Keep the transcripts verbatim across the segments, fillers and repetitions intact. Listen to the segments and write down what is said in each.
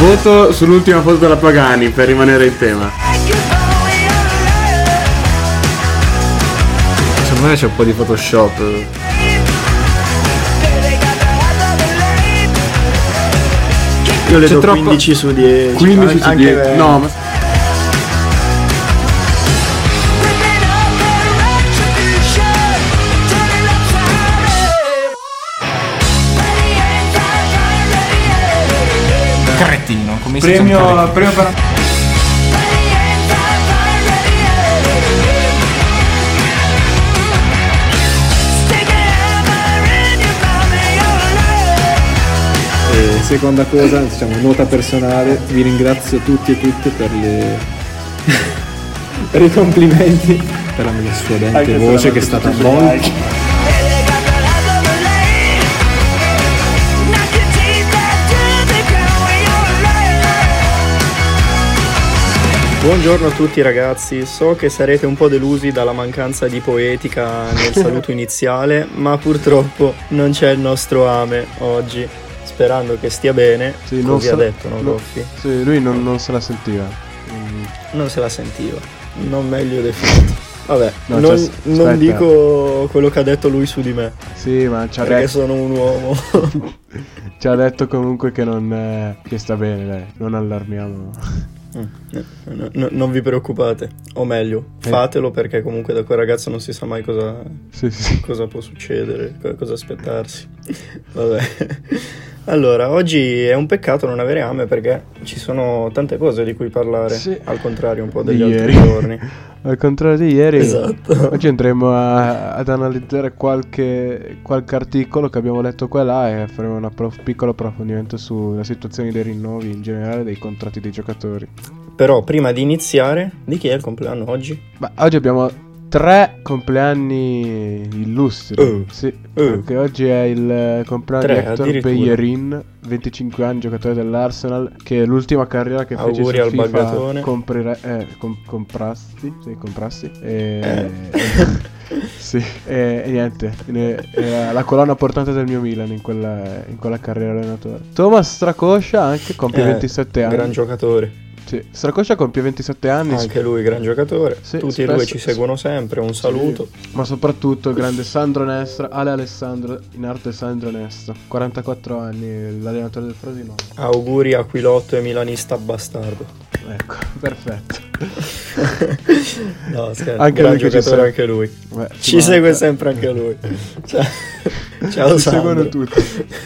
Voto sull'ultima foto della Pagani per rimanere in tema. Secondo me c'è un po' di Photoshop. Io le C'è do troppo... quindici su dieci. quindici su dieci. No, ma... Cretino, come si premio, dice? premio per... E seconda cosa, diciamo, nota personale, vi ringrazio tutti e tutte per le per i complimenti, per la mia studente voce che è stata molto. Buongiorno a tutti ragazzi, so che sarete un po' delusi dalla mancanza di poetica nel saluto iniziale, ma purtroppo non c'è il nostro Ame oggi, sperando che stia bene, sì, così ha sa- detto, no, no, Goffi? Sì, lui non, non se la sentiva. Mm. Non se la sentiva, non meglio definito. Vabbè, No, non, cioè, non aspetta. dico quello che ha detto lui su di me, Sì, ma ci ha perché detto, sono un uomo. ci ha detto comunque che non eh, che sta bene, dai, non allarmiamo. Mm, no, no, non vi preoccupate, o meglio, fatelo perché comunque da quel ragazzo non si sa mai cosa, Sì, sì. cosa può succedere, co- cosa aspettarsi. Vabbè. Allora, oggi è un peccato non avere Ame perché ci sono tante cose di cui parlare, Sì. al contrario un po' degli Di altri ieri. giorni. Al contrario di ieri, Esatto. oggi andremo a- ad analizzare qualche, qualche articolo che abbiamo letto qua e là e faremo un approf- piccolo approfondimento sulla situazione dei rinnovi in generale dei contratti dei giocatori. Però prima di iniziare, di chi è il compleanno oggi? Ma oggi abbiamo tre compleanni illustri. Uh, sì, uh. perché oggi è il eh, compleanno Tre, di Hector addirittura. Bellerin, venticinque anni, giocatore dell'Arsenal, che è l'ultima carriera che fece Auguri su al FIFA baggatone. comprire- eh, com- comprasti, sì, comprasti e... Eh. Sì, e, e niente, ne- era la colonna portante del mio Milan in quella, in quella carriera allenatore. Thomas Strakosha anche compie Eh, ventisette anni. Gran giocatore. Sì, Strakosha compie ventisette anni. Anche lui gran giocatore. Sì, Tutti e spesso- due ci seguono sempre, un saluto. Ma soprattutto il grande Sandro Nestra, Ale Alessandro, in arte Sandro Nestra, quarantaquattro anni, l'allenatore del Frosinone. Auguri Aquilotto e milanista bastardo. Ecco, perfetto. No, scherzo, Anche gran lui che ci giocatore segue. anche lui. Beh, Ci manca. segue sempre anche lui. Ciao, ciao Ci Sandro. seguono tutti.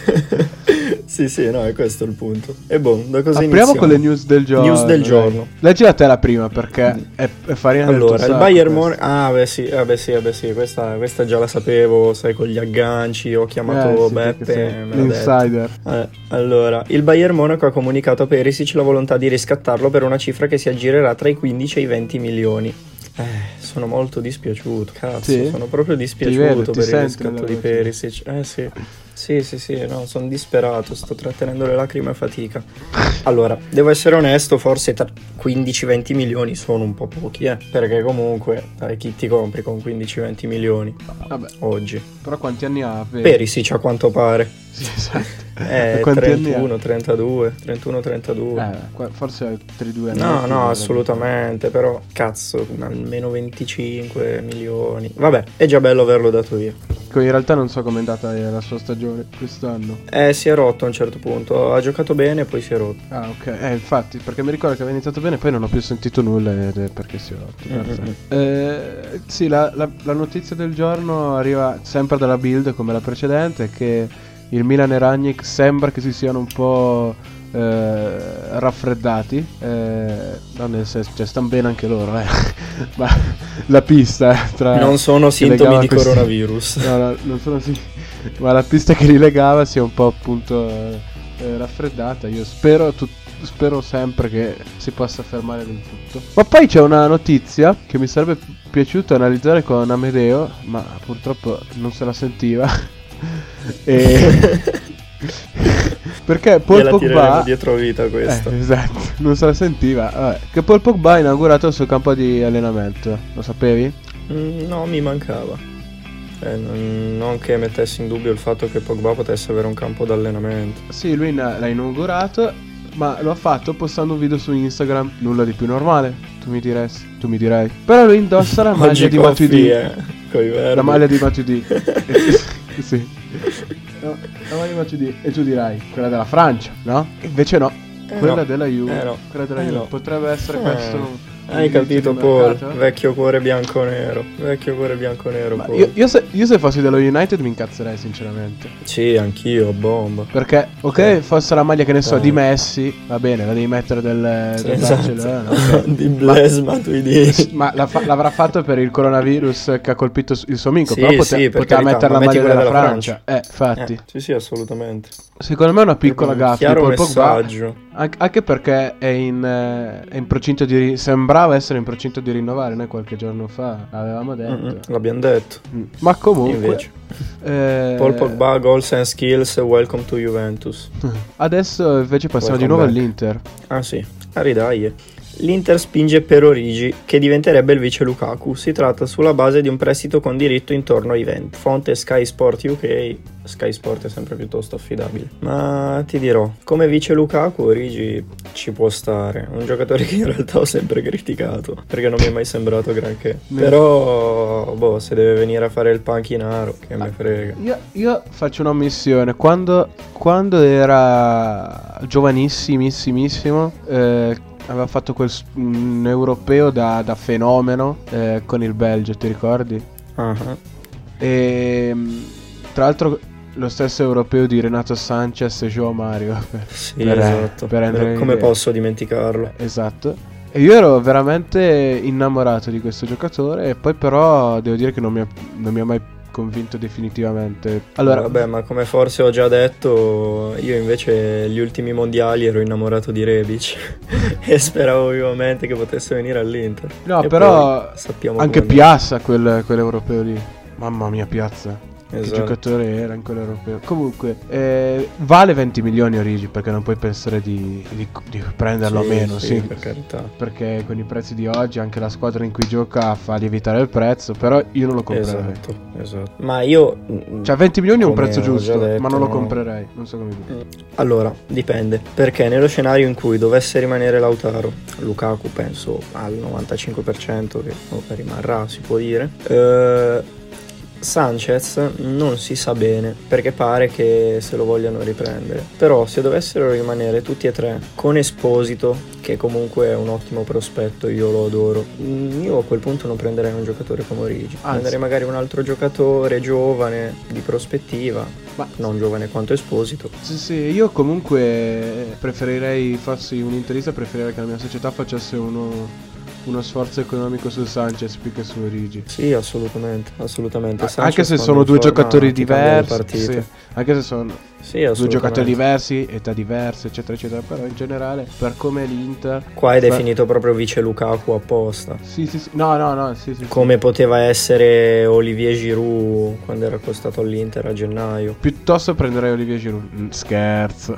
Sì, sì, no, è questo il punto. E boh, da cosa Apriamo iniziamo? con le news del giorno. News del dai. giorno. Leggila te la prima perché è, è farina del tuo Allora, il sacco Bayern questa. Monaco. Ah, beh sì, eh, beh sì, eh, beh sì, questa, questa già la sapevo, sai, con gli agganci. Ho chiamato Eh, sì, Beppe. perché sei me l'ha detto. l'insider. Eh, allora, il Bayern Monaco ha comunicato a Perisic la volontà di riscattarlo per una cifra che si aggirerà tra i quindici e i venti milioni. Eh, sono molto dispiaciuto, cazzo, Sì? sono proprio Ti dispiaciuto vedo, ti per il senti riscatto nella di voce. Perisic. Eh sì. Sì, sì, sì, no, sono disperato, sto trattenendo le lacrime a fatica. Allora, devo essere onesto, forse tra quindici venti milioni sono un po' pochi, eh, perché comunque, dai, chi ti compri con quindici venti milioni Vabbè, oggi? però quanti anni ha? Vedi? Perisic a quanto pare. Sì, esatto. Eh, Quanti anni ha? trentuno, trentadue, trentuno, trentadue. Eh, qua- forse altri due anni. No, no, assolutamente, però cazzo, almeno venticinque milioni. Vabbè, è già bello averlo dato via. In realtà non so com'è andata eh, la sua stagione quest'anno. Eh, si è rotto a un certo punto, ha giocato bene e poi si è rotto. Ah, ok. Eh, infatti, perché mi ricordo che aveva iniziato bene, poi non ho più sentito nulla ed è perché si è rotto. Mm-hmm. Eh, sì, la, la- la notizia del giorno arriva sempre dalla Bild come la precedente, che il Milan e Rangnick sembra che si siano un po' eh, raffreddati. Eh, no, nel senso, cioè, stanno bene anche loro, eh. Ma la pista eh, tra Non sono che sintomi legava di questi- coronavirus. No, no, non sono sì. Ma la pista che li legava si è un po' appunto eh, eh, raffreddata. Io spero, tut- spero sempre che si possa fermare del tutto. Ma poi c'è una notizia che mi sarebbe piaciuto analizzare con Amedeo, ma purtroppo non se la sentiva. e... Perché Paul Gliela tireremo Pogba dietro vita questa. eh, esatto, non se la sentiva. Vabbè, che Paul Pogba ha inaugurato il suo campo di allenamento. Lo sapevi? Mm, no, mi mancava. Eh, non, non che mettessi in dubbio il fatto che Pogba potesse avere un campo d'allenamento. Sì, lui na- l'ha inaugurato. ma lo ha fatto postando un video su Instagram, nulla di più normale, tu mi diresti, tu mi direi. Però lui indossa la maglia di Matuidi, eh, la maglia di Matuidi. Sì. No, la maglia di Matuidi, e tu dirai, quella della Francia, no? Invece no, eh quella no. della Juve, eh no. quella della eh Juve. No. Potrebbe essere eh. questo. Hai capito, Paul? Vecchio cuore bianco-nero. Vecchio cuore bianco-nero, Paul. Io, io, se, io se fossi dello United mi incazzerei sinceramente. Sì, anch'io, bomba. Perché, ok, eh. fosse la maglia che ne so eh. di Messi, va bene, la devi mettere del, sì, del esatto. Barcellona, okay. Di Blaise Matuidi. Ma la fa, l'avrà fatto per il coronavirus che ha colpito il suo amico. Sì, però pote, sì, poteva mettere la maglia della, della Francia. Francia. Eh, infatti. Eh, sì, sì, assolutamente. Secondo me è una piccola gaffa. Chiaro messaggio. Anche, anche perché è in, eh, è in procinto di ri- sembrava essere in procinto di rinnovare. Noi qualche giorno fa avevamo detto. Mm-hmm, l'abbiamo detto. Mm. Ma comunque invece eh... Paul Pogba, goals and skills, welcome to Juventus. Adesso invece passiamo welcome di nuovo back. all'Inter. Ah sì, a ridaglie. L'Inter spinge per Origi, che diventerebbe il vice Lukaku. Si tratta sulla base di un prestito con diritto intorno ai venti. Fonte Sky Sport U K. Sky Sport è sempre piuttosto affidabile. Ma ti dirò, come vice Lukaku Origi ci può stare. Un giocatore che in realtà ho sempre criticato, perché non mi è mai sembrato granché. No. Però, boh, se deve venire a fare il panchinaro, che me frega. Io, io faccio un'omissione. Quando, quando era giovanissimissimo, eh, aveva fatto quel un europeo da, da fenomeno eh, con il Belgio, ti ricordi? Uh-huh. E tra l'altro lo stesso europeo di Renato Sanchez e João Mario. Per, sì, per, esatto. Per per come posso dimenticarlo? Esatto. E io ero veramente innamorato di questo giocatore. E poi però devo dire che non mi ha, non mi ha mai convinto definitivamente. Allora, vabbè, ma come forse ho già detto, io invece gli ultimi mondiali ero innamorato di Rebic e speravo vivamente che potesse venire all'Inter. No, e però sappiamo anche Piazza quel, quell'europeo lì. Mamma mia, Piazza. Esatto. Che giocatore era in quell'europeo. Comunque eh, vale venti milioni Origi, perché non puoi pensare di, di, di prenderlo sì, meno, sì, sì, per carità. Perché con i prezzi di oggi anche la squadra in cui gioca fa lievitare il prezzo. Però io non lo comprerei. Esatto, esatto. Ma io, cioè venti milioni è un prezzo giusto, detto, ma non lo no. comprerei. Non so come dire. Allora, dipende. Perché nello scenario in cui dovesse rimanere Lautaro, Lukaku penso al novantacinque per cento che oh, rimarrà, si può dire, eh Sanchez non si sa bene, perché pare che se lo vogliano riprendere. Però se dovessero rimanere tutti e tre con Esposito, che comunque è un ottimo prospetto, io lo adoro, io a quel punto non prenderei un giocatore come Origi. Anzi, prenderei magari un altro giocatore giovane, di prospettiva, ma non giovane quanto Esposito. Sì, sì, io comunque preferirei, fossi un interista, preferirei che la mia società facesse uno uno sforzo economico su Sanchez più che su Origi. Sì, assolutamente, assolutamente. Sanchez, anche se sono due giocatori diversi, sì, anche se sono sì, due giocatori diversi, età diverse, eccetera, eccetera. Però in generale, per come l'Inter, qua è definito beh, proprio vice Lukaku apposta. Sì, sì, sì. No, no, no, sì, sì, come sì. poteva essere Olivier Giroud quando era accostato all'Inter a gennaio. Piuttosto prenderei Olivier Giroud. Mm, scherzo.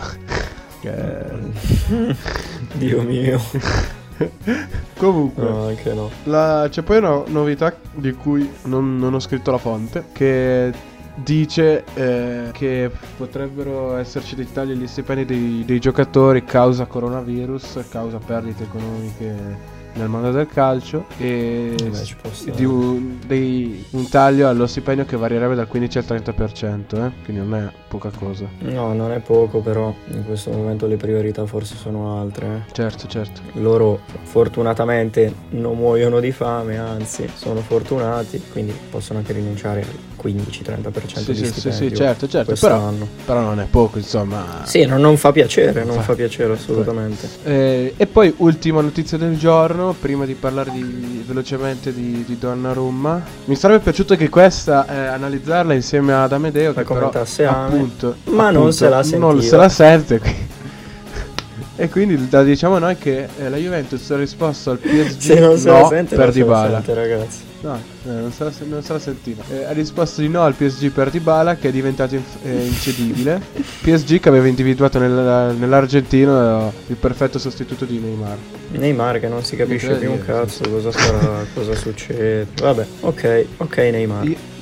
Dio mio. Comunque no, anche no. La, c'è poi una novità di cui non, non ho scritto la fonte, che dice eh, che potrebbero esserci dei tagli agli stipendi dei, dei giocatori causa coronavirus, causa perdite economiche nel mondo del calcio, e Beh, di un, dei, un taglio allo stipendio che varierebbe dal quindici al trenta per cento, eh? Quindi non è poca cosa. No, non è poco, però in questo momento le priorità forse sono altre, eh? Certo, certo. Loro fortunatamente non muoiono di fame, anzi sono fortunati, quindi possono anche rinunciare al quindici trenta per cento sì, di sì, stipendio. Sì, sì, certo, certo. Però, però non è poco, insomma. Sì, non, non fa piacere, non fa, fa piacere assolutamente. Eh, e poi ultima notizia del giorno, prima di parlare di, velocemente di, di Donnarumma. Mi sarebbe piaciuto che questa eh, analizzarla insieme ad Amedeo, che però appunto, ma appunto, non se la sentiva. Non se la sente. E quindi da, diciamo noi che eh, la Juventus ha risposto al P S G se non se no la sente, per non Dybala. Se la sente, ragazzi. No, eh, non, se la, non se la sentiva. Eh, ha risposto di no al P S G per Dybala, che è diventato inf- eh, incedibile. P S G che aveva individuato nel, nell'argentino eh, il perfetto sostituto di Neymar. Neymar che non si capisce più un cazzo cosa sarà, cosa succede. Vabbè, ok, ok Neymar. Io,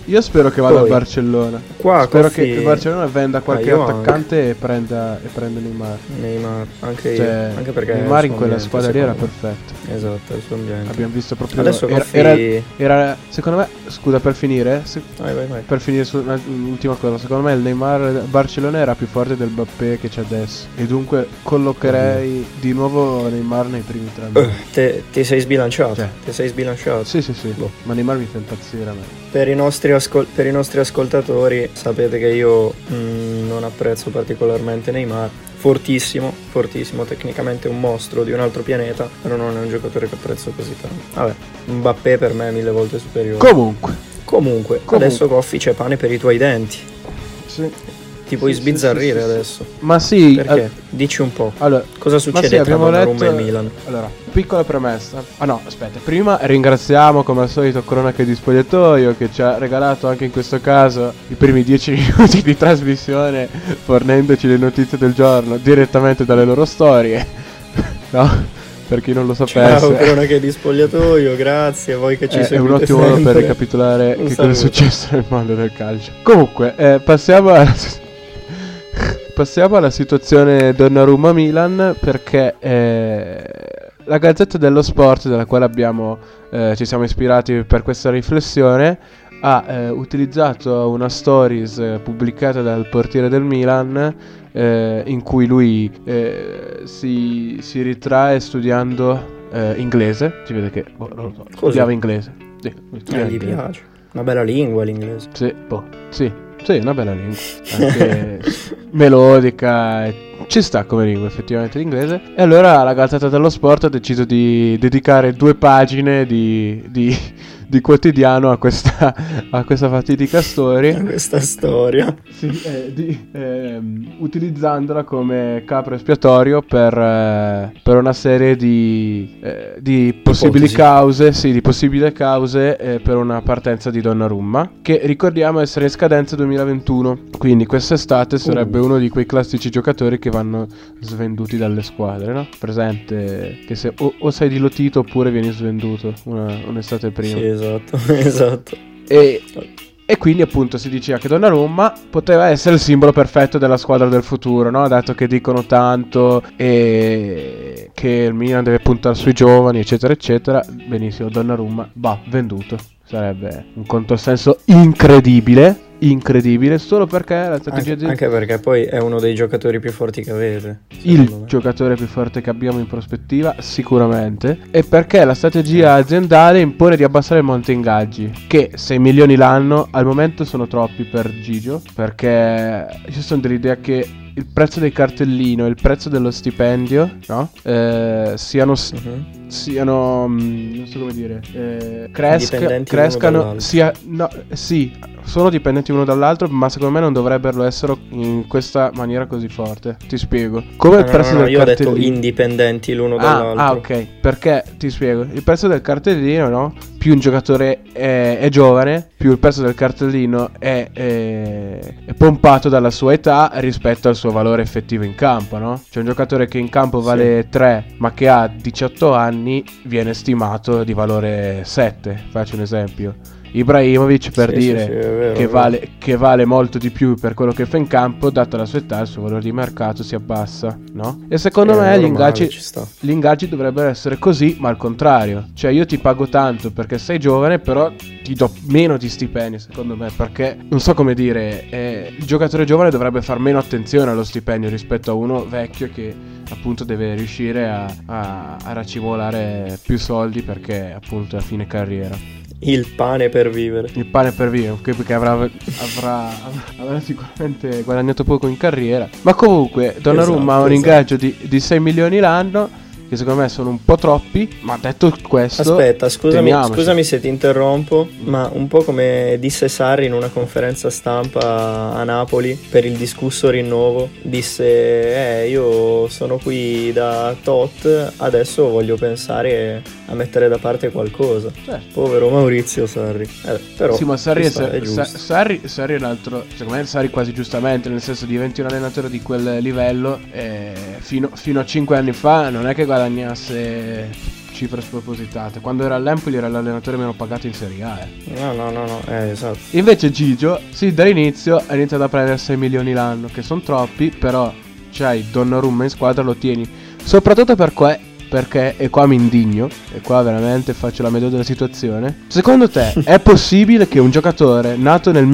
Io spero che vada Poi, al Barcellona. Qua spero Coffi... che il Barcellona venda qualche ah, attaccante anche. e prenda e prenda Neymar. Neymar, anche cioè, io. Anche perché Neymar in quella ambiente, squadra lì era me. perfetto. Esatto, il suo ambiente. Abbiamo visto proprio. Adesso era, Coffi... era, era secondo me, scusa per finire. Se, vai, vai, vai. Per finire su un'ultima cosa, secondo me il Neymar Barcellona era più forte del Mbappé che c'è adesso. E dunque collocherei mm. di nuovo Neymar nei primi tre anni. Uh, te, ti sei sbilanciato? Cioè. Ti sei sbilanciato? Sì, sì, sì. Boh. Ma Neymar mi fa impazzire a me. Per i nostri, ascol- per i nostri ascoltatori, sapete che io mh, non apprezzo particolarmente Neymar. Fortissimo, fortissimo, tecnicamente un mostro di un altro pianeta, però non è un giocatore che apprezzo così tanto. Vabbè, Mbappé per me è mille volte superiore. Comunque. Comunque, Comunque. adesso Coffi c'è pane per i tuoi denti. Sì. Ti puoi sì, sbizzarrire sì, sì, adesso. Ma sì. Perché? Al... Dici un po'. Allora, cosa succede sì, tra abbiamo Donnarumma letto... e il Milan? Allora, piccola premessa. Ah no, aspetta. Prima ringraziamo come al solito Cronache di Spogliatoio che ci ha regalato anche in questo caso i primi dieci minuti di trasmissione fornendoci le notizie del giorno direttamente dalle loro storie. No? Per chi non lo sapesse. Ciao, Cronache di Spogliatoio, grazie a voi che ci eh, seguite. È un ottimo modo per ricapitolare che cosa è successo nel mondo del calcio. Comunque, eh, passiamo alla passiamo alla situazione Donnarumma-Milan, perché eh, la Gazzetta dello Sport, della quale abbiamo eh, ci siamo ispirati per questa riflessione, ha eh, utilizzato una stories eh, pubblicata dal portiere del Milan eh, in cui lui eh, si, si ritrae studiando eh, inglese. Si vede che boh, non lo so, studiava inglese. Sì, eh, gli piace. Una bella lingua l'inglese. Sì, boh, sì, sì, una bella lingua. Anche melodica e ci sta come lingua effettivamente l'inglese. E allora la Gazzetta dello Sport ha deciso di dedicare due pagine di, di, di quotidiano a questa, a questa fatidica storia. A questa storia. Sì, eh, di, ehm, utilizzandola come capro espiatorio per, eh, per una serie di, eh, di possibili Ipotesi. cause, sì, di possibili cause eh, per una partenza di Donnarumma, che ricordiamo essere in scadenza duemilaventuno. Quindi quest'estate sarebbe uh. uno di quei classici giocatori che vanno svenduti dalle squadre, no? Presente che se o, o sei dilotito oppure vieni svenduto una, un'estate prima. Sì, esatto, esatto. E, e quindi appunto si diceva che Donnarumma poteva essere il simbolo perfetto della squadra del futuro, no? Dato che dicono tanto e che il Milan deve puntare sui giovani, eccetera, eccetera. Benissimo, Donnarumma va venduto. Sarebbe un controsenso incredibile. Incredibile, solo perché la strategia anche, di... anche perché poi è uno dei giocatori più forti che avete, il me. giocatore più forte che abbiamo in prospettiva sicuramente, e perché la strategia aziendale impone di abbassare il monte ingaggi, che sei milioni l'anno al momento sono troppi per Gigio, perché ci sono dell'idea che il prezzo del cartellino e il prezzo dello stipendio, no? Eh, siano uh-huh. siano mh, non so come dire eh, cresca, crescano sia no, sì, sono dipendenti uno dall'altro, ma secondo me non dovrebbero essere in questa maniera così forte. Ti spiego. Come no, il prezzo no, no, del io cartellino. Ho detto indipendenti l'uno ah, dall'altro. Ah, ok. Perché ti spiego. Il prezzo del cartellino, no? Più un giocatore è, è giovane, più il prezzo del cartellino è, è, è pompato dalla sua età rispetto al suo valore effettivo in campo, no? C'è un giocatore che in campo vale sì. tre, ma che ha diciotto anni, viene stimato di valore sette. Faccio un esempio. Ibrahimovic, per sì, dire sì, sì, vero, che, vale, che vale molto di più per quello che fa in campo, data la sua età, il suo valore di mercato si abbassa, no? E secondo sì, me gli ingaggi, gli ingaggi dovrebbero essere così, ma al contrario. Cioè io ti pago tanto perché sei giovane, però ti do meno di stipendi, secondo me, perché non so come dire, eh, il giocatore giovane dovrebbe far meno attenzione allo stipendio rispetto a uno vecchio che appunto deve riuscire a, a, a racimolare più soldi perché appunto è a fine carriera. Il pane per vivere. Il pane per vivere, perché avrà, avrà, avrà sicuramente guadagnato poco in carriera. Ma comunque Donnarumma esatto, ha un esatto. ingaggio di, di sei milioni l'anno, che secondo me sono un po' troppi. Ma detto questo, aspetta, scusami, scusami se ti interrompo, ma un po' come disse Sarri in una conferenza stampa a Napoli per il discusso rinnovo, disse eh io sono qui da tot, adesso voglio pensare a mettere da parte qualcosa. Certo. Povero Maurizio Sarri. Eh, però sì, ma Sarri è, sta, è Sa- Sarri, Sarri è un altro, secondo me Sarri quasi giustamente, nel senso diventi un allenatore di quel livello, eh, fino, fino a cinque anni fa non è che guadagnasse cifre spropositate. Quando era all'Empoli era l'allenatore meno pagato in Serie A. Eh. No, no, no, no, eh, esatto. Invece Gigio, sì, dall'inizio ha iniziato a prendere sei milioni l'anno, che sono troppi, però c'hai Donnarumma in squadra, lo tieni. Soprattutto per que- perché, e qua mi indigno, e qua veramente faccio la media della situazione. Secondo te è possibile che un giocatore nato nel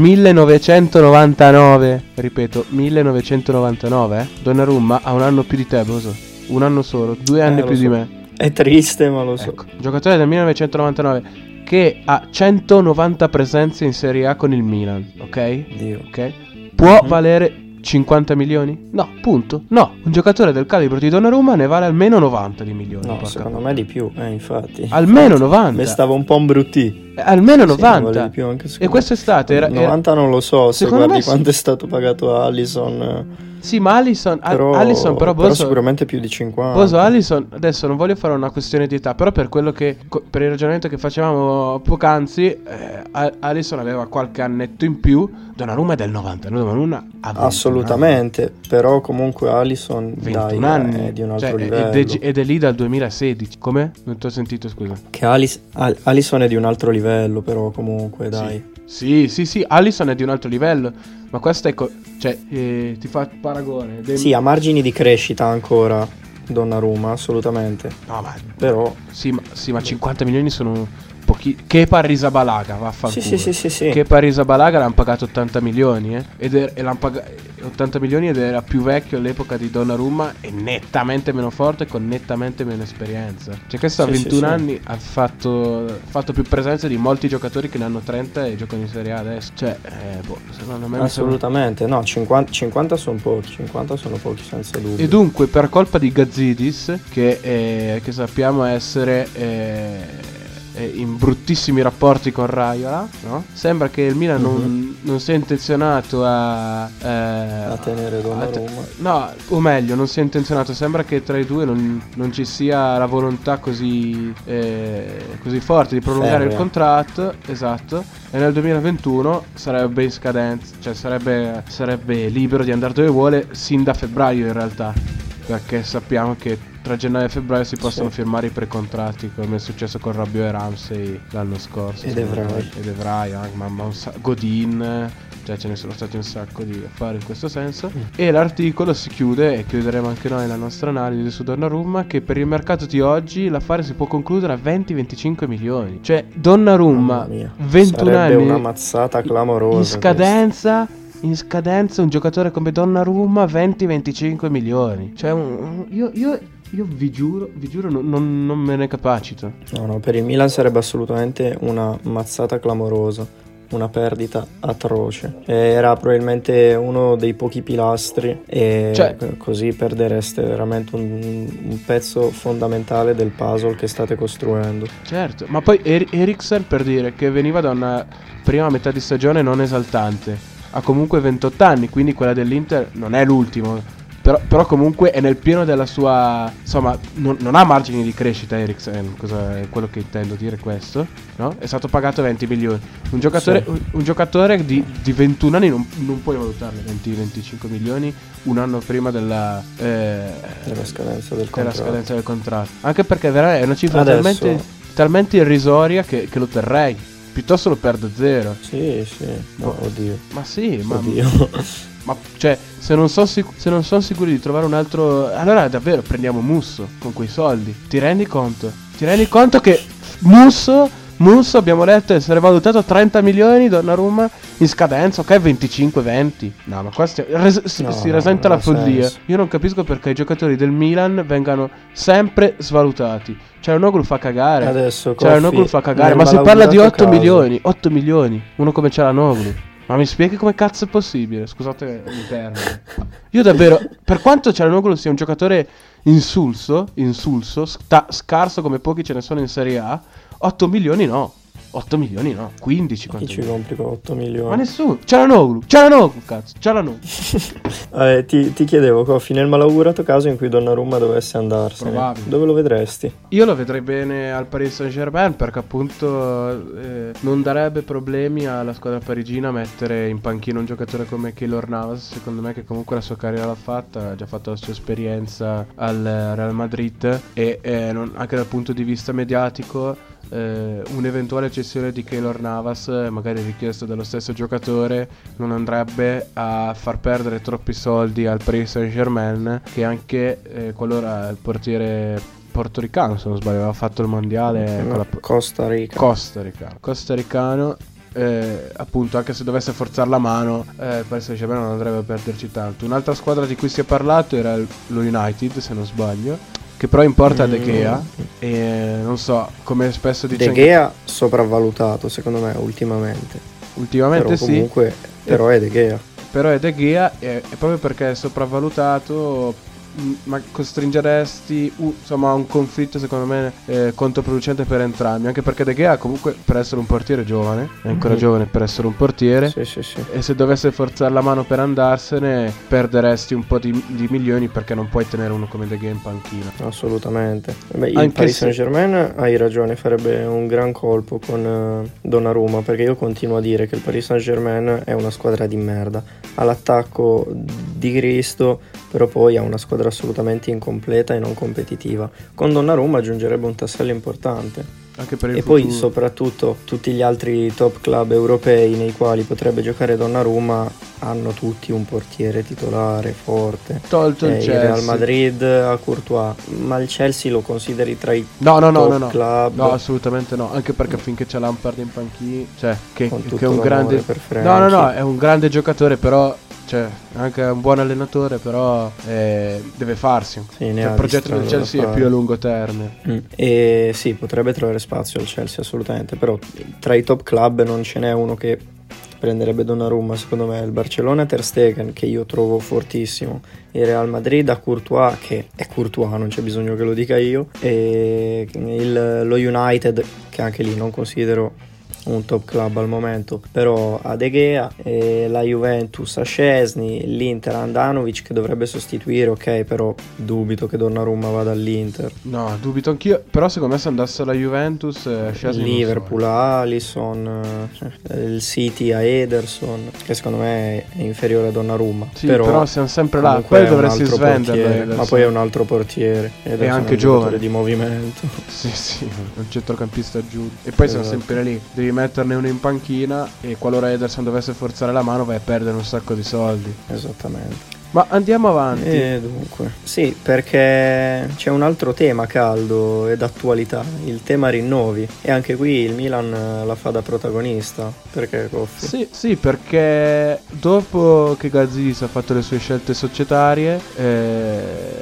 millenovecentonovantanove, ripeto, millenovecentonovantanove, eh? Donnarumma ha un anno più di te, Boso, un anno solo, due anni eh, più so. di me. È triste, ma lo so. Ecco, un giocatore del millenovecentonovantanove che ha centonovanta presenze in Serie A con il Milan, ok? Dio. Ok? Può Mhm. valere cinquanta milioni? No, punto. No, un giocatore del calibro di Donnarumma ne vale almeno novanta di milioni. No, porca secondo puttana. me di più, eh, infatti. Almeno novanta. Mi stava un po' imbruttì. Eh, Almeno Sì, ne vale novanta. di più anche E secondo me. quest'estate era, era... novanta non lo so, se Secondo guardi me sì. quanto è stato pagato a Alisson. Sì, ma Alisson, Al- Però, Alisson però, però Boso, sicuramente più di cinquanta. Boso, Alisson, adesso non voglio fare una questione di età, però per quello che, co- per il ragionamento che facevamo poc'anzi, eh, Al- Alisson aveva qualche annetto in più, Donnarumma è del novanta, Donnarumma ha ventuno Assolutamente, però comunque Alisson anni. dai, ventuno anni, è di un altro cioè, livello. ed, è, ed è lì dal duemilasedici. Come? Non ti ho sentito, scusa. Che Alis- Al- Alisson è di un altro livello, però comunque dai. Sì, sì, sì, Alisson è di un altro livello, ma questo è co- cioè, eh, ti fa paragone. Dei- Sì, ha margini di crescita ancora Donnarumma, assolutamente. No, ma Però sì, ma, sì, ma cinquanta milioni sono pochi. Che Parisabalaga, vaffanculo. sì, sì, sì, sì, sì. Che Parisabalaga l'hanno pagato ottanta milioni, eh? Ed er- e l'hanno pagato ottanta milioni ed era più vecchio all'epoca di Donnarumma e nettamente meno forte con nettamente meno esperienza. Cioè questo a Sì, sì, ventuno sì. anni ha fatto, fatto più presenze di molti giocatori che ne hanno trenta e giocano in Serie A adesso. Cioè, eh, boh, secondo me mi sembra- Assolutamente, no, cinquanta, cinquanta sono pochi, cinquanta sono pochi senza dubbio. E dunque, per colpa di Gazidis, che, eh, che sappiamo essere eh, eh, in bruttissimi rapporti con Raiola, no? Sembra che il Milan non, Mhm. non sia intenzionato a, eh, A tenere Donnarumma. a te- no, o meglio, non sia intenzionato. Sembra che tra i due non, non ci sia la volontà così, eh, così forte di prolungare il Ferrea. contratto. Esatto. E nel duemilaventuno sarebbe in scadenza, cioè sarebbe, sarebbe libero di andare dove vuole sin da febbraio in realtà, perché sappiamo che tra gennaio e febbraio si possono Sì. firmare i precontratti, come è successo con Rabiot e Ramsey l'anno scorso. Ed secondo Evra. me. Ed Evra, eh, ma, ma un sa- Godin, cioè ce ne sono stati un sacco di affari in questo senso. Mm. E l'articolo si chiude, e chiuderemo anche noi la nostra analisi su Donnarumma, che per il mercato di oggi l'affare si può concludere a venti venticinque milioni. Cioè Donnarumma, Mamma mia. ventuno Sarebbe anni, una mazzata clamorosa. in scadenza, in scadenza un giocatore come Donnarumma venti venticinque milioni. Cioè un- un- io, io, io vi giuro, vi giuro non, non, non me ne capacito. No, no, per il Milan sarebbe assolutamente una mazzata clamorosa, una perdita atroce. Era probabilmente uno dei pochi pilastri e Cioè- c- così perdereste veramente un, un pezzo fondamentale del puzzle che state costruendo. Certo, ma poi er- Eriksen, per dire, che veniva da una prima metà di stagione non esaltante, ha comunque ventotto anni, quindi quella dell'Inter non è l'ultimo. Però, però comunque è nel pieno della sua... Insomma, non, non ha margini di crescita Eriksen, cosa è quello che intendo dire questo, no? È stato pagato venti milioni. Un giocatore, Sì. un, un giocatore di, di ventuno anni non, non puoi valutarne venti venticinque milioni un anno prima della... Eh, Della scadenza del della contratto. scadenza del contratto. Anche perché veramente è una cifra Adesso- talmente, talmente irrisoria che, che lo terrei. Piuttosto lo perdo a zero. Sì, sì, no, oddio. Ma sì, ma, Oddio. ma cioè, se non sono sic- se non sono sicuri di trovare un altro, allora davvero prendiamo Musso con quei soldi. Ti rendi conto? Ti rendi conto che Musso, Musso abbiamo letto essere valutato a trenta milioni, Donnarumma in scadenza, ok, venticinque venti. No, ma qua stia- res- si, No, si no, rasenta non la ha follia. senso. Io non capisco perché i giocatori del Milan vengano sempre svalutati. Cioè, Noglu fa cagare. Adesso Cioè, Coffi, Noglu fa cagare. nel Ma si parla di malauguраto otto caso- milioni. otto milioni. Uno come c'è la Noglu. Ma mi spieghi come cazzo è possibile? Scusate il termine. Io davvero, per quanto Cialanoglu sia un giocatore insulso, insulso, sta- scarso come pochi ce ne sono in Serie A, otto milioni no. otto milioni no, quindici. Chi ci compri con otto milioni? Ma nessuno. Cialanoglu, Cialanoglu, cazzo, Cialanoglu. eh, ti, ti chiedevo, Coffi, nel malaugurato caso in cui Donnarumma dovesse andarsene, Probabile. dove lo vedresti? Io lo vedrei bene al Paris Saint-Germain, perché appunto eh, non darebbe problemi alla squadra parigina mettere in panchina un giocatore come Keylor Navas, secondo me, che comunque la sua carriera l'ha fatta, ha già fatto la sua esperienza al Real Madrid e eh, non, anche dal punto di vista mediatico eh, un'eventuale cessione di Keylor Navas, magari richiesta dallo stesso giocatore, non andrebbe a far perdere troppi soldi al Paris Saint-Germain, che anche eh, qualora il portiere portoricano, se non sbaglio, aveva fatto il mondiale no, con la Costa Rica. Costa Ricano. Costa Ricano eh, appunto, anche se dovesse forzare la mano, eh, il Paris Saint-Germain non andrebbe a perderci tanto. Un'altra squadra di cui si è parlato era lo United, se non sbaglio, che però importa mm. De Gea e non so, come spesso dice De Gea sopravvalutato secondo me ultimamente. Ultimamente però sì. Comunque però è De Gea. Però è De Gea e proprio perché è sopravvalutato ma costringeresti uh, insomma a un conflitto secondo me eh, controproducente per entrambi, anche perché De Gea comunque per essere un portiere giovane è ancora mm-hmm. giovane per essere un portiere, sì, sì, sì. E se dovesse forzare la mano per andarsene perderesti un po' di, di milioni, perché non puoi tenere uno come De Gea in panchina. Assolutamente. Beh, il anche Paris se... Saint-Germain, hai ragione, farebbe un gran colpo con uh, Donnarumma, perché io continuo a dire che il Paris Saint-Germain è una squadra di merda, all'attacco di Cristo, però poi ha una squadra assolutamente incompleta e non competitiva. Con Donnarumma aggiungerebbe un tassello importante. Anche per il e futuro. Poi soprattutto tutti gli altri top club europei nei quali potrebbe giocare Donnarumma hanno tutti un portiere titolare forte. Tolto eh, il il Chelsea. Real Madrid a Courtois, ma il Chelsea lo consideri tra i no, no, no, top no, no. club? No, assolutamente no, anche perché finché c'è Lampard in panchina, cioè che, che è un l'amore grande per no, no, no, è un grande giocatore, però cioè anche un buon allenatore, però eh, deve farsi. Sì, cioè, il progetto del Chelsea è più a lungo termine. Mm. E sì, potrebbe trovare spazio al Chelsea assolutamente, però tra i top club non ce n'è uno che prenderebbe Donnarumma, secondo me. Il Barcellona Ter Stegen, che io trovo fortissimo, il Real Madrid a Courtois, che è Courtois, non c'è bisogno che lo dica io, e il, lo United, che anche lì non considero un top club al momento, però a De Gea, e la Juventus a Szczesny, l'Inter a Andanovic che dovrebbe sostituire, ok, però dubito che Donnarumma vada all'Inter. No, dubito anch'io, però secondo me se andasse alla Juventus eh, Szczesny Liverpool so, eh. a Alisson, eh, il City a Ederson, che secondo me è inferiore a Donnarumma. Sì, però, però siamo sempre là, poi dovresti svenderlo, ma poi è un altro portiere e anche giovane di movimento. Sì, sì, un centrocampista giù. E poi esatto. Siamo sempre lì, devi metterne uno in panchina e qualora Ederson dovesse forzare la mano vai a perdere un sacco di soldi. Esattamente. Ma andiamo avanti. E dunque, sì, perché c'è un altro tema caldo ed attualità, il tema rinnovi, e anche qui il Milan la fa da protagonista. Perché, Coffi? Sì, sì, perché dopo che Gazidis ha fatto le sue scelte societarie eh,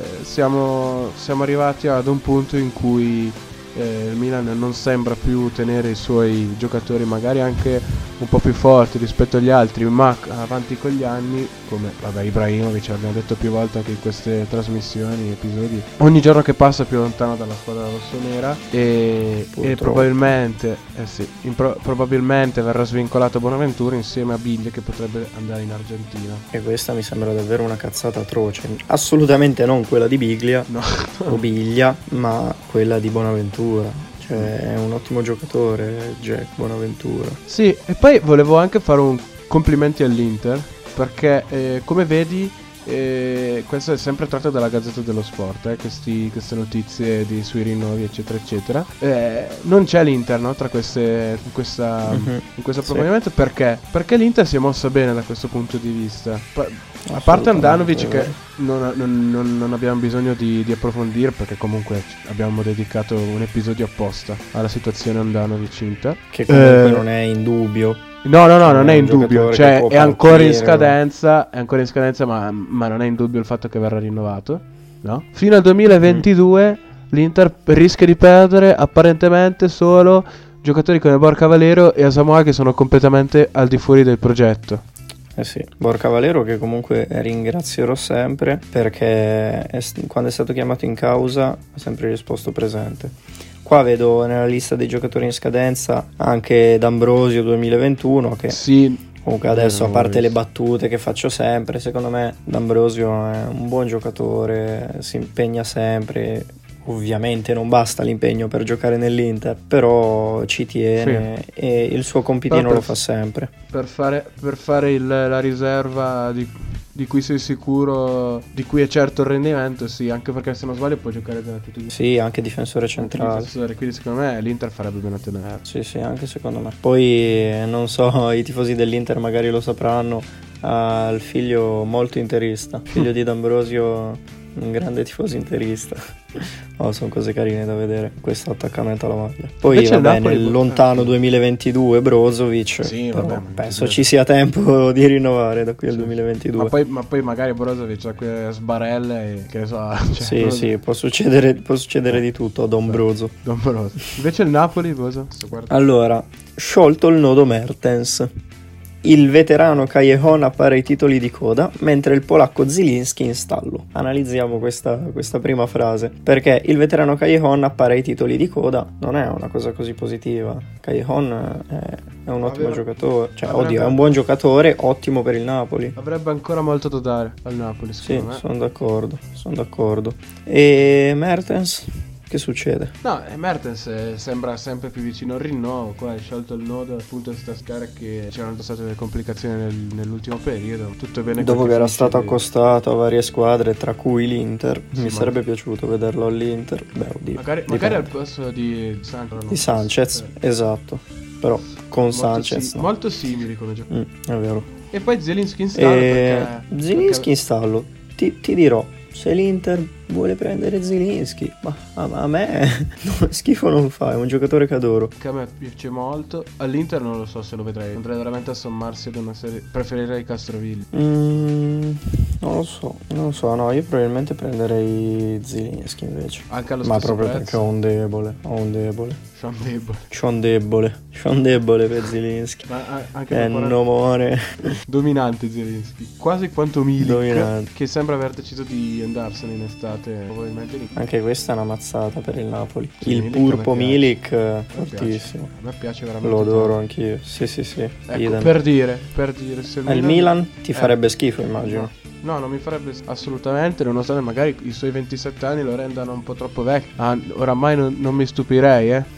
siamo, siamo arrivati ad un punto in cui Eh, il Milan non sembra più tenere i suoi giocatori magari anche un po' più forti rispetto agli altri, ma avanti con gli anni, come vabbè Ibrahimovic, abbiamo detto più volte anche in queste trasmissioni, episodi, ogni giorno che passa più lontano dalla squadra rossonera e, e probabilmente eh sì, impro- probabilmente verrà svincolato Bonaventura insieme a Biglia, che potrebbe andare in Argentina. E questa mi sembra davvero una cazzata atroce, assolutamente non quella di Biglia no. o Biglia, ma quella di Bonaventura. Cioè è un ottimo giocatore Jack Bonaventura. Sì, e poi volevo anche fare un complimenti all'Inter, perché eh, come vedi eh, questo è sempre tratto dalla Gazzetta dello Sport, eh, questi, queste notizie di, sui rinnovi eccetera eccetera, eh, non c'è l'Inter, no, tra queste in, questa, mm-hmm. in questo provvedimento, sì. Perché? Perché l'Inter si è mossa bene da questo punto di vista. Pa- A parte Andanovic, che non, non, non, non abbiamo bisogno di, di approfondire, perché comunque abbiamo dedicato un episodio apposta alla situazione Andanovic-Inter, che comunque eh, non è in dubbio. No, no, no, non è in dubbio, cioè è ancora in scadenza, è ancora in scadenza, ma, ma non è in dubbio il fatto che verrà rinnovato, no? Fino al duemilaventidue mm. l'Inter rischia di perdere apparentemente solo giocatori come Borca Valero e Asamoah, che sono completamente al di fuori del progetto. Eh sì, Borca Valero, che comunque ringrazierò sempre, perché è, quando è stato chiamato in causa ha sempre risposto presente. qua vedo nella lista dei giocatori in scadenza anche D'Ambrosio duemilaventuno che Sì. comunque adesso, a parte le battute che faccio sempre, secondo me D'Ambrosio è un buon giocatore, si impegna sempre. Ovviamente non basta l'impegno per giocare nell'Inter, però ci tiene, sì. E il suo compitino per, lo fa sempre. Per fare, per fare il, la riserva di, di cui sei sicuro, di cui è certo il rendimento, sì, anche perché se non sbaglio può giocare da tutti. Sì, anche difensore centrale. Difensore, quindi secondo me l'Inter farebbe bene a tenerlo. Sì, sì, anche secondo me. Poi non so, i tifosi dell'Inter magari lo sapranno, ha il figlio molto interista, figlio di D'Ambrosio, un grande tifoso interista. Oh, sono cose carine da vedere, questo attaccamento alla maglia. Poi invece vabbè, Napoli, nel lontano duemilaventidue Brozovic, sì, però vabbè, penso ci sia tempo di rinnovare da qui al sì. duemilaventidue. Ma poi, ma poi magari Brozovic ha quelle sbarelle e che ne so, cioè, sì Brozo... sì può succedere, può succedere di tutto a Don Brozo. Don Brozo. Invece il Napoli cosa? Allora, sciolto il nodo Mertens, il veterano Callejon appare ai titoli di coda, mentre il polacco Zieliński in stallo. Analizziamo questa, questa prima frase, perché il veterano Callejon appare ai titoli di coda non è una cosa così positiva. Callejon è, è un ottimo Aveva, giocatore, cioè avrebbe, oddio, è un buon giocatore, ottimo per il Napoli. Avrebbe ancora molto da dare al Napoli, secondo sì, me. sono d'accordo, sono d'accordo. E Mertens? Che succede? No, Mertens sembra sempre più vicino al rinnovo. Qua è sciolto il nodo, appunto sta scala che c'erano state delle complicazioni nel, nell'ultimo periodo. Tutto bene. Dopo che era stato di... accostato a varie squadre, tra cui l'Inter, sì, mi ma... sarebbe piaciuto vederlo all'Inter. Beh, oddio, magari, magari al posto di Sanchez. Di Sanchez, eh. esatto. Però con molto Sanchez si... no. molto simili come giocatori. Mm, è vero. E poi Zieliński in stallo e... perché... Zieliński perché... in stallo, ti, ti dirò, se l'Inter vuole prendere Zieliński, ma a, a me schifo non fa, è un giocatore che adoro. Che a me piace molto. All'Inter non lo so se lo vedrei, andrei veramente a sommarsi ad una serie. Preferirei Castrovilli. Mm, non lo so, non lo so, no, io probabilmente prenderei Zieliński invece. Anche allo ma stesso proprio prezzo. Perché ho un debole, ho un debole. C'ho un debole. C'ho un debole, c'ho un debole per Zieliński. Ma anche è un omone. Dominante Zieliński, quasi quanto Milik. Dominante. Che sembra aver deciso di andarsene in estate. Probabilmente anche questa è una mazzata per il Napoli. Sì, il Milik Purpo Milik fortissimo. A me piace veramente. Lo adoro anch'io. Sì, sì, sì. Ecco, per dire, per dire se il Milan, Milan ti farebbe eh. schifo, immagino. No, non mi farebbe assolutamente, nonostante magari i suoi ventisette anni lo rendano un po' troppo vecchio. Ah, oramai non, non mi stupirei, eh.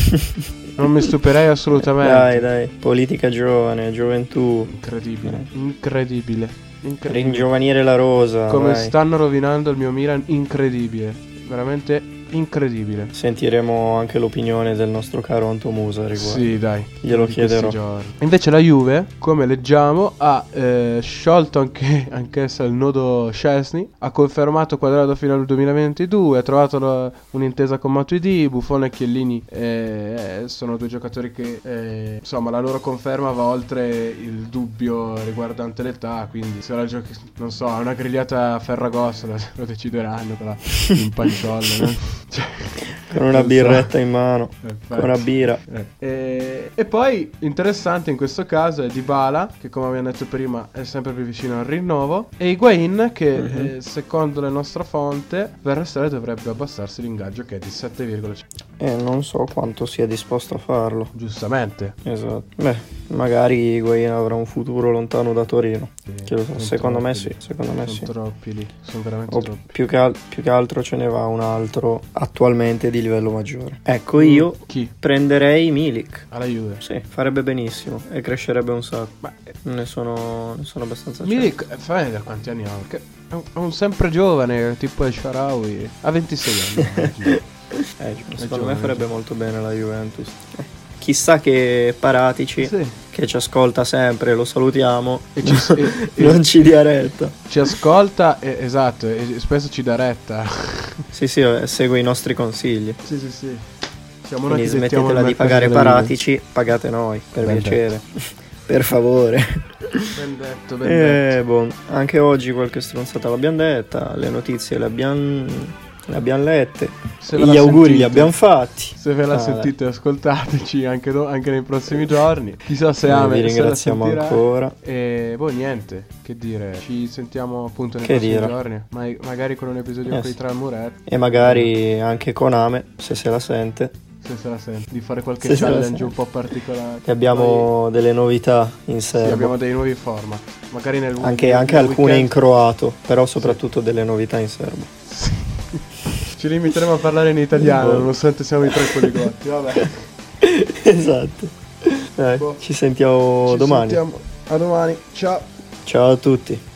Non mi stupirei assolutamente. Dai, dai, politica giovane, gioventù. Incredibile, eh. incredibile, incredibile. Ringiovanire la rosa. Come vai. Stanno rovinando il mio Milan, incredibile. Veramente incredibile. Sentiremo anche l'opinione del nostro caro Anto Musa riguardo. Sì, dai, glielo chiederò. Invece la Juve, come leggiamo, ha eh, sciolto anche anch'essa il nodo Szczesny, ha confermato Quadrado fino al duemilaventidue, ha trovato la, un'intesa con Matuidi. Buffon e Chiellini eh, eh, sono due giocatori che eh, insomma la loro conferma va oltre il dubbio riguardante l'età, quindi se la giochi, non so, a una grigliata a Ferragosto lo, lo decideranno con la in panciolla, no? Cioè, con una birretta so. in mano, eh, con una birra. Eh. E, e poi interessante in questo caso è Dybala, che come abbiamo detto prima è sempre più vicino al rinnovo, e Higuain che mm-hmm. eh, secondo la nostra fonte per restare dovrebbe abbassarsi l'ingaggio, che è di sette virgola cinque. E non so quanto sia disposto a farlo. Giustamente. Esatto. Beh, magari Higuain avrà un futuro lontano da Torino. Sì, che lo so. Secondo me sì, secondo me sono sì. troppi lì, sono veramente o troppi. Più che, al- più che altro ce ne va un altro attualmente di livello maggiore. Ecco, io mm, chi? prenderei Milik alla Juve. Sì, farebbe benissimo e crescerebbe un sacco. Beh, ne sono, ne sono abbastanza Milik, certo. Fa vedere quanti anni ha? Che è un, è un sempre giovane, tipo El Shaarawy. Ha ventisei anni. eh, secondo me farebbe molto bene la Juventus. Chissà che Paratici, sì. che ci ascolta sempre, lo salutiamo, e ci, e, non e, ci dia retta. Ci ascolta, e, esatto, e spesso ci dà retta. Sì, sì, segue i nostri consigli. Sì, sì, sì. Siamo Quindi smettetela di pagare Paratici, pagate noi, per ben piacere. Detto. Per favore. Ben detto, ben e, detto. Bon, anche oggi qualche stronzata l'abbiamo detta, le notizie le abbiamo... Le abbiamo lette, gli auguri sentite, li abbiamo fatti. Se ve la ah, sentite dai. Ascoltateci anche, do, anche nei prossimi giorni. Chissà se Ame vi ringraziamo ancora. E boh, niente, che dire. Ci sentiamo appunto nei che prossimi dire. giorni. Ma, magari con un episodio yes. con i tre al muretto. E magari anche con Ame, se se la sente. se se la sente, di fare qualche Se se la challenge sente. un po' particolare. E abbiamo Poi- delle novità in sì, serbo. abbiamo dei nuovi format. Magari nel Anche, nel anche alcune weekend- in croato, però soprattutto delle novità in serbo. Ci limiteremo a parlare in italiano, Boh. nonostante siamo i tre poligotti. Vabbè. Esatto. Dai, Boh. ci sentiamo Ci domani. sentiamo. A domani. Ciao. Ciao a tutti.